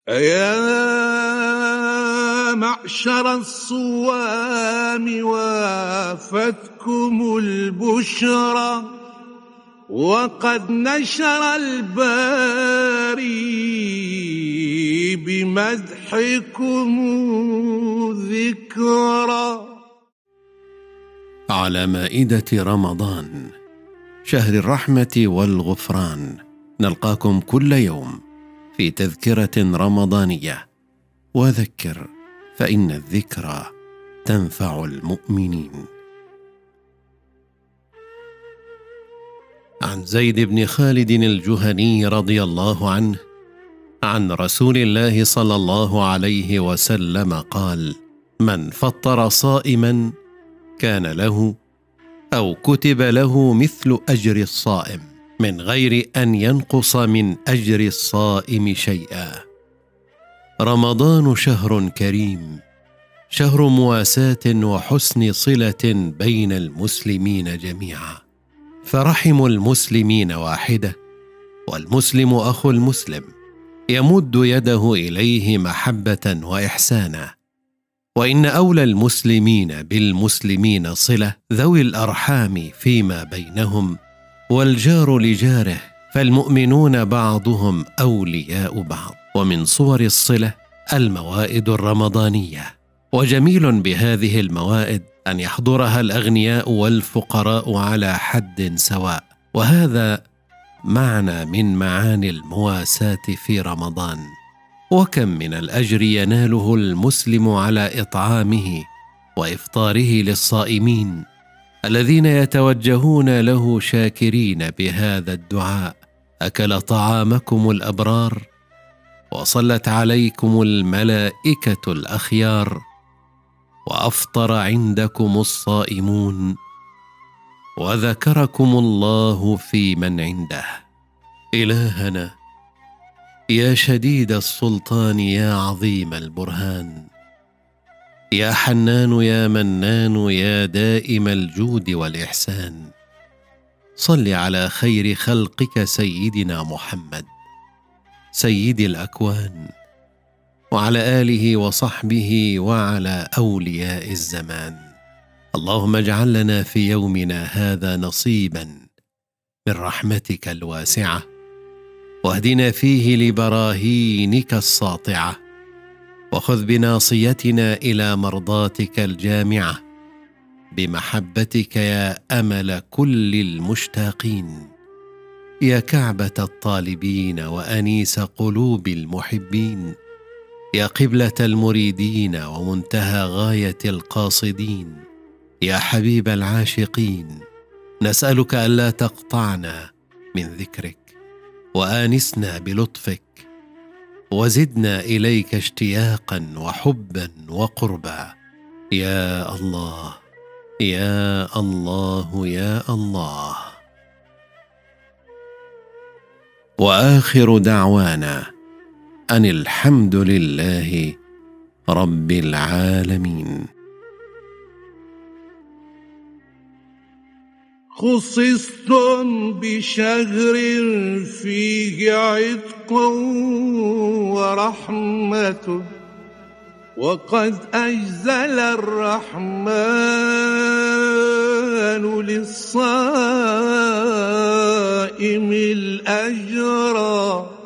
أيا معشر الصوام وافتكم البشرى وقد نشر الباري بمدحكم ذكرى. على مائدة رمضان، شهر الرحمة والغفران، نلقاكم كل يوم في تذكرة رمضانية. وذكر فإن الذكرى تنفع المؤمنين. عن زيد بن خالد الجهني رضي الله عنه عن رسول الله صلى الله عليه وسلم قال: من فطر صائما كان له أو كتب له مثل أجر الصائم من غير أن ينقص من أجر الصائم شيئا. رمضان شهر كريم، شهر مواساة وحسن صلة بين المسلمين جميعا، فرحم المسلمين واحدة، والمسلم أخو المسلم يمد يده إليه محبة وإحسانا. وإن أولى المسلمين بالمسلمين صلة ذوي الأرحام فيما بينهم، والجار لجاره، فالمؤمنون بعضهم أولياء بعض. ومن صور الصلة الموائد الرمضانية، وجميل بهذه الموائد أن يحضرها الأغنياء والفقراء على حد سواء، وهذا معنى من معاني المواساة في رمضان. وكم من الأجر يناله المسلم على إطعامه وإفطاره للصائمين الذين يتوجهون له شاكرين بهذا الدعاء: أكل طعامكم الأبرار، وصلت عليكم الملائكة الأخيار، وأفطر عندكم الصائمون، وذكركم الله في من عنده. إلهنا يا شديد السلطان يا عظيم البرهان، يا حنان يا منان يا دائم الجود والإحسان، صل على خير خلقك سيدنا محمد سيد الأكوان، وعلى آله وصحبه وعلى أولياء الزمان. اللهم اجعل لنا في يومنا هذا نصيبا من رحمتك الواسعة، واهدنا فيه لبراهينك الساطعة، وخذ بناصيتنا إلى مرضاتك الجامعة بمحبتك يا أمل كل المشتاقين، يا كعبة الطالبين وأنيس قلوب المحبين، يا قبلة المريدين ومنتهى غاية القاصدين، يا حبيب العاشقين. نسألك ألا تقطعنا من ذكرك، وآنسنا بلطفك، وزدنا إليك اشتياقا وحبا وقربا. يا الله يا الله يا الله. وآخر دعوانا أن الحمد لله رب العالمين. خصصتم بشهر فيه عتق ورحمة، وقد أجزل الرحمن للصائم الأجر.